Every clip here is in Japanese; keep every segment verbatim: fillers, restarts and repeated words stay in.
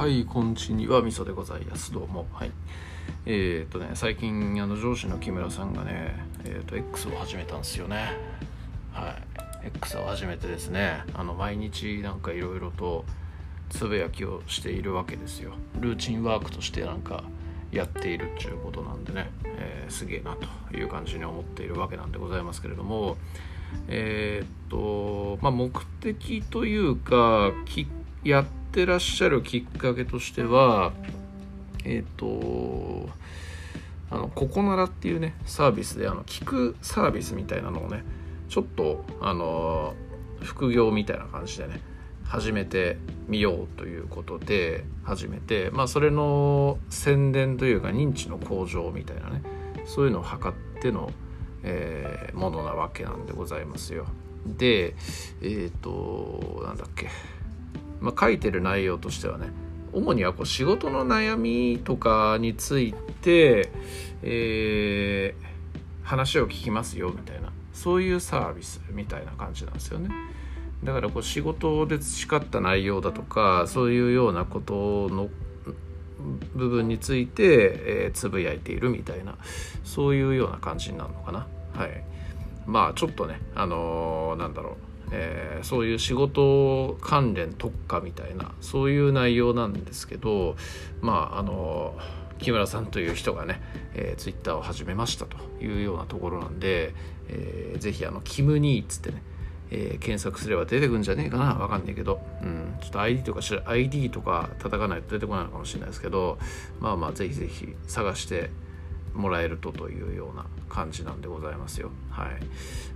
はい、こんちにはみそでございます。どうも。はい。えー、っとね、最近あの上司の木村さんがね、えー、っと X を始めたんですよね。はい。X を始めてですね、あの毎日なんかいろいろとつぶやきをしているわけですよ。ルーチンワークとしてなんかやっているっていうことなんでね、えー、すげえなという感じに思っているわけなんでございますけれども、えー、っとまあ目的というかきやってらっしゃるきっかけとしては、えー、っとあのココナラっていうねサービスであの聞くサービスみたいなのをねちょっとあの副業みたいな感じでね始めてみようということで始めて、まあそれの宣伝というか認知の向上みたいなねそういうのを図っての、えー、ものなわけなんでございますよ。でえっ、ー、となんだっけ、まあ、書いてる内容としてはね主にはこう仕事の悩みとかについて、えー、話を聞きますよみたいなそういうサービスみたいな感じなんですよね。だからこう仕事で培った内容だとかそういうようなことの部分について、えー、つぶやいているみたいなそういうような感じになるのかな。はい。まあちょっとねあのー、なんだろう、えー、そういう仕事関連特化みたいなそういう内容なんですけど、まああのー、木村さんという人がね、えー、ツイッターを始めましたというようなところなんで、えー、ぜひあのキムニーっつってねえー、検索すれば出てくるんじゃねえかな、わかんないけど、うん、ちょっと アイディー とかしら アイディー とか叩かないと出てこないのかもしれないですけど、まあまあぜひぜひ探してもらえるとというような感じなんでございますよ。はい。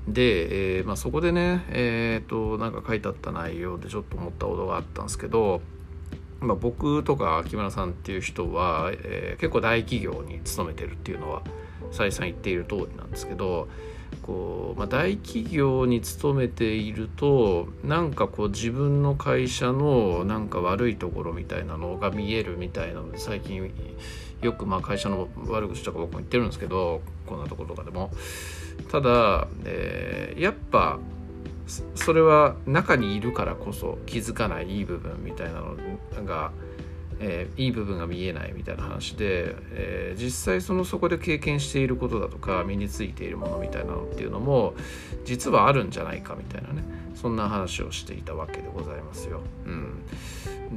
で、えーまあ、そこでね、えー、となんか書いてあった内容でちょっと思ったことがあったんですけど、まあ、僕とか木村さんっていう人は、えー、結構大企業に勤めてるっていうのは再三言っている通りなんですけど、こう、まあ、大企業に勤めているとなんかこう自分の会社のなんか悪いところみたいなのが見えるみたいなので最近よくまあ会社の悪口とか僕も言ってるんですけどこんなところとかでもただ、えー、やっぱそれは中にいるからこそ気づかないいい部分みたいなのがえー、いい部分が見えないみたいな話で、えー、実際そのそこで経験していることだとか身についているものみたいなのっていうのも実はあるんじゃないかみたいなねそんな話をしていたわけでございますよ。うん、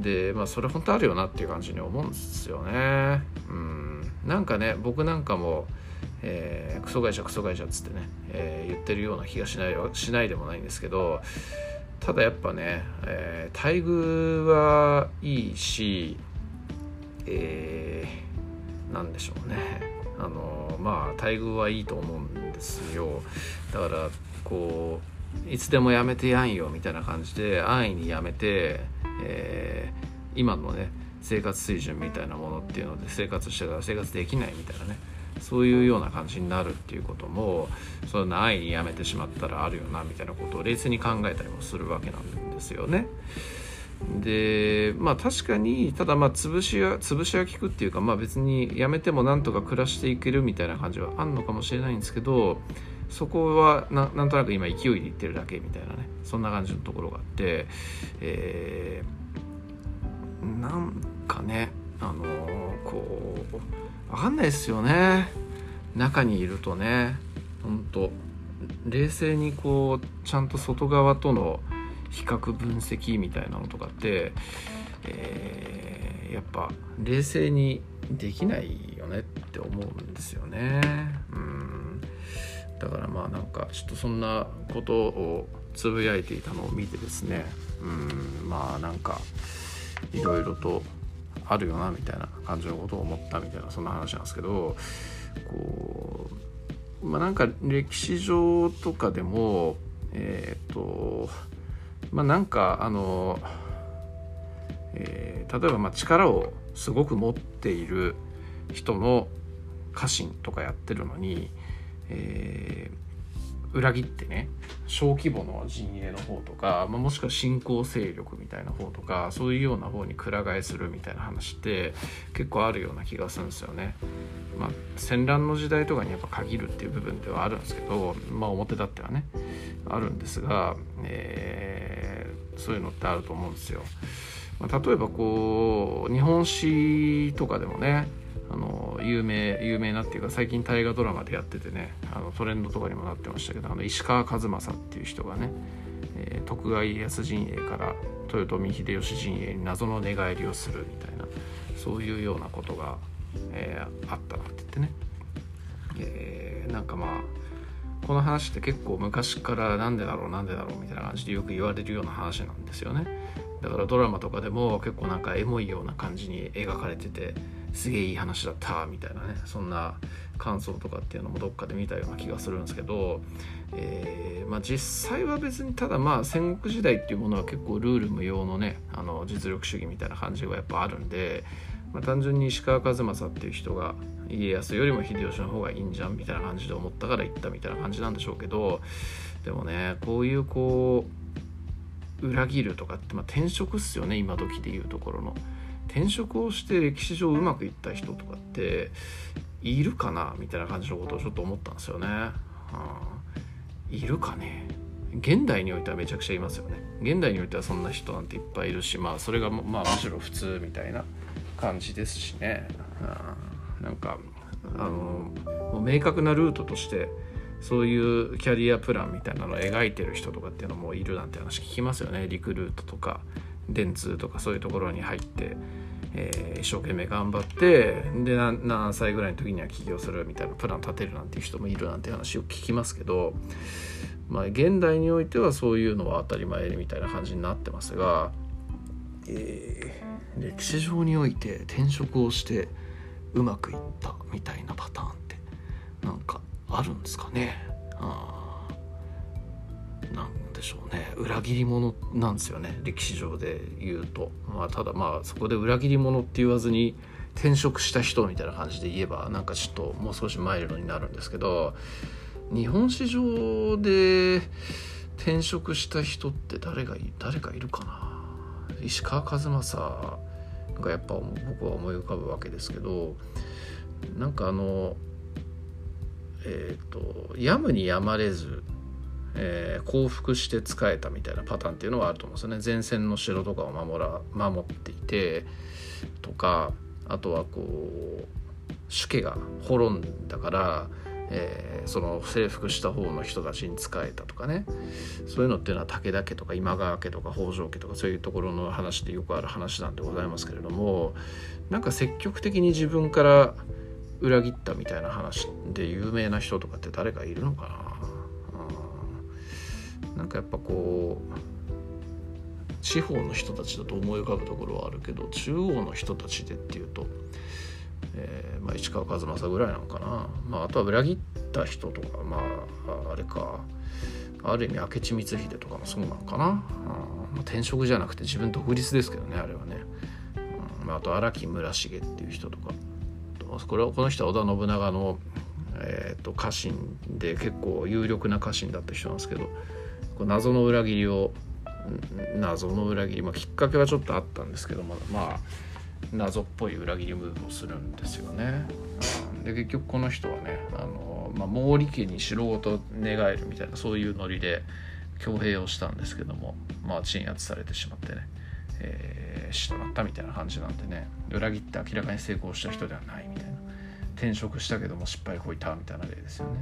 でまあそれ本当あるよなっていう感じに思うんですよね。うん、なんかね僕なんかも、えー、クソ会社クソ会社っつってね、えー、言ってるような気がしないしないでもないんですけどただやっぱね、えー、待遇はいいしえー、なんでしょうねあのまあ待遇はいいと思うんですよ。だからこういつでもやめてやんよみたいな感じで安易にやめて、えー、今のね生活水準みたいなものっていうので生活してたら生活できないみたいなねそういうような感じになるっていうこともそんな安易にやめてしまったらあるよなみたいなことを冷静に考えたりもするわけなんですよね。でまあ確かにただまあ潰しは潰しは効くっていうかまあ別にやめてもなんとか暮らしていけるみたいな感じはあんのかもしれないんですけどそこは な, なんとなく今勢いでいってるだけみたいなねそんな感じのところがあって、えー、なんかねあのー、こう分かんないですよね中にいるとね本当冷静にこうちゃんと外側との比較分析みたいなのとかって、えー、やっぱ冷静にできないよねって思うんですよね。うんだからまあなんかちょっとそんなことをつぶやいていたのを見てですねうんまあなんかいろいろとあるよなみたいな感じのことを思ったみたいなそんな話なんですけどこうまあなんか歴史上とかでもえっとまあなんかあの、えー、例えばまあ力をすごく持っている人の家臣とかやってるのに、えー、裏切ってね小規模の陣営の方とか、まあ、もしくは新興勢力みたいな方とかそういうような方にくら替えするみたいな話って結構あるような気がするんですよね。まあ戦乱の時代とかにやっぱ限るっていう部分ではあるんですけどまあ表立ってはねあるんですが、えー、そういうのってあると思うんですよ。 まあ、例えばこう日本史とかでもね、あの有名有名なっていうか最近大河ドラマでやっててね、あのトレンドとかにもなってましたけど、あの石川数正っていう人がね、えー、徳川家康陣営から豊臣秀吉陣営に謎の寝返りをするみたいな、そういうようなことが、えー、あったなって言ってね、えー、なんかまあこの話って結構昔からなんでだろうなんでだろうみたいな感じでよく言われるような話なんですよね。だからドラマとかでも結構なんかエモいような感じに描かれてて、すげえいい話だったみたいなね、そんな感想とかっていうのもどっかで見たような気がするんですけど、えーまあ、実際は別にただまあ戦国時代っていうものは結構ルール無用のね、あの実力主義みたいな感じがやっぱあるんで、まあ、単純に石川数正っていう人が家康よりも秀吉の方がいいんじゃんみたいな感じで思ったから言ったみたいな感じなんでしょうけど、でもねこういうこう裏切るとかって、まあ、転職っすよね、今時でいうところの転職をして歴史上うまくいった人とかっているかなみたいな感じのことをちょっと思ったんですよね、うん、いるかね。現代においてはめちゃくちゃいますよね。現代においてはそんな人なんていっぱいいるし、まあそれがまあむしろ普通みたいな感じですしね、うん、なんかあのもう明確なルートとしてそういうキャリアプランみたいなのを描いてる人とかっていうのもいるなんて話聞きますよね。リクルートとか電通とかそういうところに入って、えー、一生懸命頑張ってで 何, 何歳ぐらいの時には起業するみたいなプラン立てるなんていう人もいるなんて話を聞きますけど、まあ現代においてはそういうのは当たり前みたいな感じになってますが、えー、歴史上において転職をしてうまくいったみたいなパターンってなんかあるんですかね。あなんでしょうね、裏切り者なんですよね、歴史上で言うと。まあ、ただまあそこで裏切り者って言わずに転職した人みたいな感じで言えばなんかちょっともう少しマイルドになるんですけど、日本史上で転職した人って誰がい誰かいるかな。石川数正がやっぱ僕は思い浮かぶわけですけど、なんかあのえっとやむにやまれず、えー、降伏して仕えたみたいなパターンっていうのはあると思うんですよね。前線の城とかを守ら守っていてとか、あとはこう主家が滅んだから、えー、その征服した方の人たちに仕えたとかね、そういうのっていうのは武田家とか今川家とか北条家とかそういうところの話でよくある話なんでございますけれども、なんか積極的に自分から裏切ったみたいな話で有名な人とかって誰かいるのかな。うん、なんかやっぱこう地方の人たちだと思い浮かぶところはあるけど、中央の人たちでっていうと、えーまあ、市川数正ぐらいなのかな。まあ、あとは裏切った人とか、まああれか、ある意味明智光秀とかもそうなのかな。うんまあ、転職じゃなくて自分独立ですけどね、あれはね。うんまあ、あと荒木村重っていう人とか、これはこの人は織田信長の、えー、と家臣で結構有力な家臣だった人なんですけど、こう謎の裏切りを謎の裏切り、まあ、きっかけはちょっとあったんですけども、まあ謎っぽい裏切りムーブをするんですよね。で結局この人はね、あの、まあ、毛利家に城ごと寝返るみたいなそういうノリで挙兵をしたんですけども、まあ、鎮圧されてしまってね、えー、死となったみたいな感じなんでね、裏切って明らかに成功した人ではないみたいな、転職したけども失敗こいたみたいな例ですよね。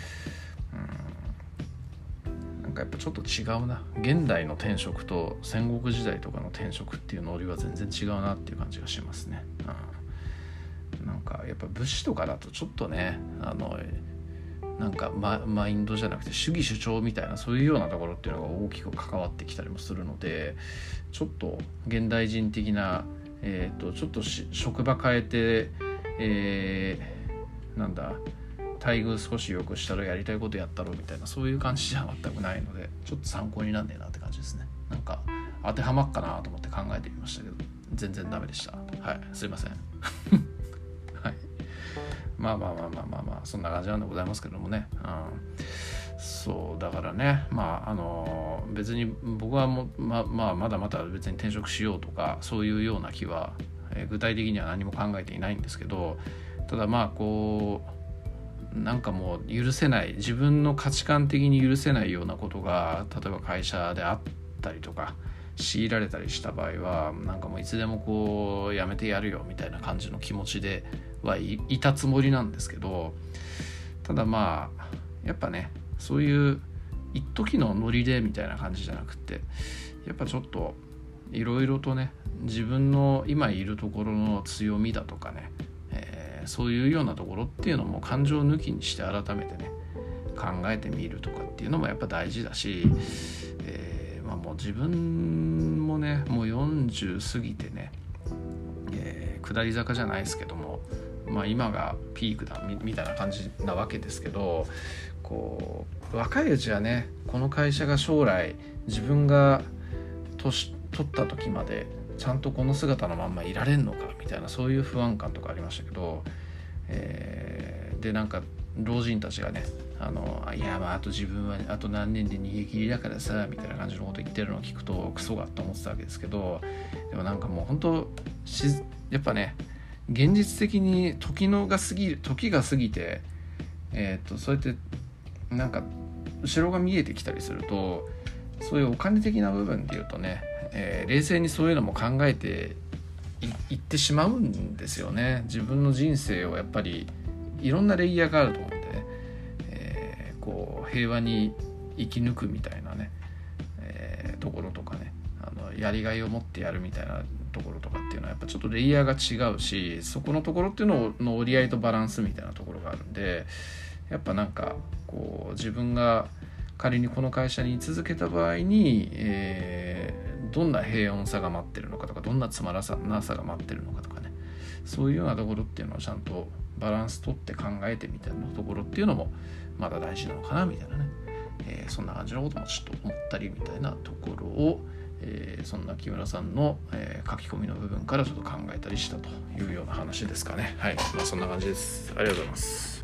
うんなんかやっぱちょっと違うな、現代の転職と戦国時代とかの転職っていうノリは全然違うなっていう感じがしますね。うん、なんかやっぱ武士とかだとちょっとね、あのなんか マ, マインドじゃなくて主義主張みたいなそういうようなところっていうのが大きく関わってきたりもするので、ちょっと現代人的な、えー、とちょっと職場変えて、えー、なんだ待遇少し良くしたらやりたいことやったろみたいなそういう感じじゃ全くないので、ちょっと参考になんねえなって感じですね。なんか当てはまっかなと思って考えてみましたけど全然ダメでした。はいすいませんはいまあまあまあまあまあまあそんな感じなんでございますけどもね、うん、そうだからね、まああの別に僕はもままあまだまだ別に転職しようとかそういうような気は、えー、具体的には何も考えていないんですけど、ただまあこうなんかもう許せない自分の価値観的に許せないようなことが例えば会社であったりとか強いられたりした場合はなんかもういつでもこうやめてやるよみたいな感じの気持ちではいいたつもりなんですけど、ただまあやっぱねそういう一時のノリでみたいな感じじゃなくて、やっぱちょっといろいろとね自分の今いるところの強みだとかね、えー、そういうようなところっていうのも感情抜きにして改めてね考えてみるとかっていうのもやっぱ大事だし、えーまあ、もう自分もねもうよんじゅう過ぎてね、えー、下り坂じゃないですけども、まあ、今がピークだ み, みたいな感じなわけですけど、こう若いうちはねこの会社が将来自分が年取った時までちゃんとこの姿のまんまいられんのかみたいなそういう不安感とかありましたけど、えー、でなんか老人たちがねあのいやまああと自分はあと何年で逃げ切りだからさみたいな感じのこと言ってるのを聞くとクソがと思ってたわけですけど、でもなんかもう本当しやっぱね現実的に時のが過ぎる時が過ぎて、えー、とそうやってなんか後ろが見えてきたりすると、そういうお金的な部分で言うとね、えー、冷静にそういうのも考えて い, いってしまうんですよね。自分の人生をやっぱりいろんなレイヤーがあると思うんでね、えー、こう平和に生き抜くみたいなね、えー、ところとかね、あのやりがいを持ってやるみたいなところとかっていうのはやっぱちょっとレイヤーが違うし、そこのところっていうのの折り合いとバランスみたいなところがあるんで、やっぱなんかこう自分が仮にこの会社に居続けた場合に、えー、どんな平穏さが待ってるのかとか、どんなつまらなさが待ってるのかとかね、そういうようなところっていうのをちゃんとバランス取って考えてみたいなところっていうのもまだ大事なのかなみたいなね、えー、そんな感じのこともちょっと思ったりみたいなところを、えー、そんな木村さんの、えー、書き込みの部分からちょっと考えたりしたというような話ですかね。はい、まあ、そんな感じです。ありがとうございます。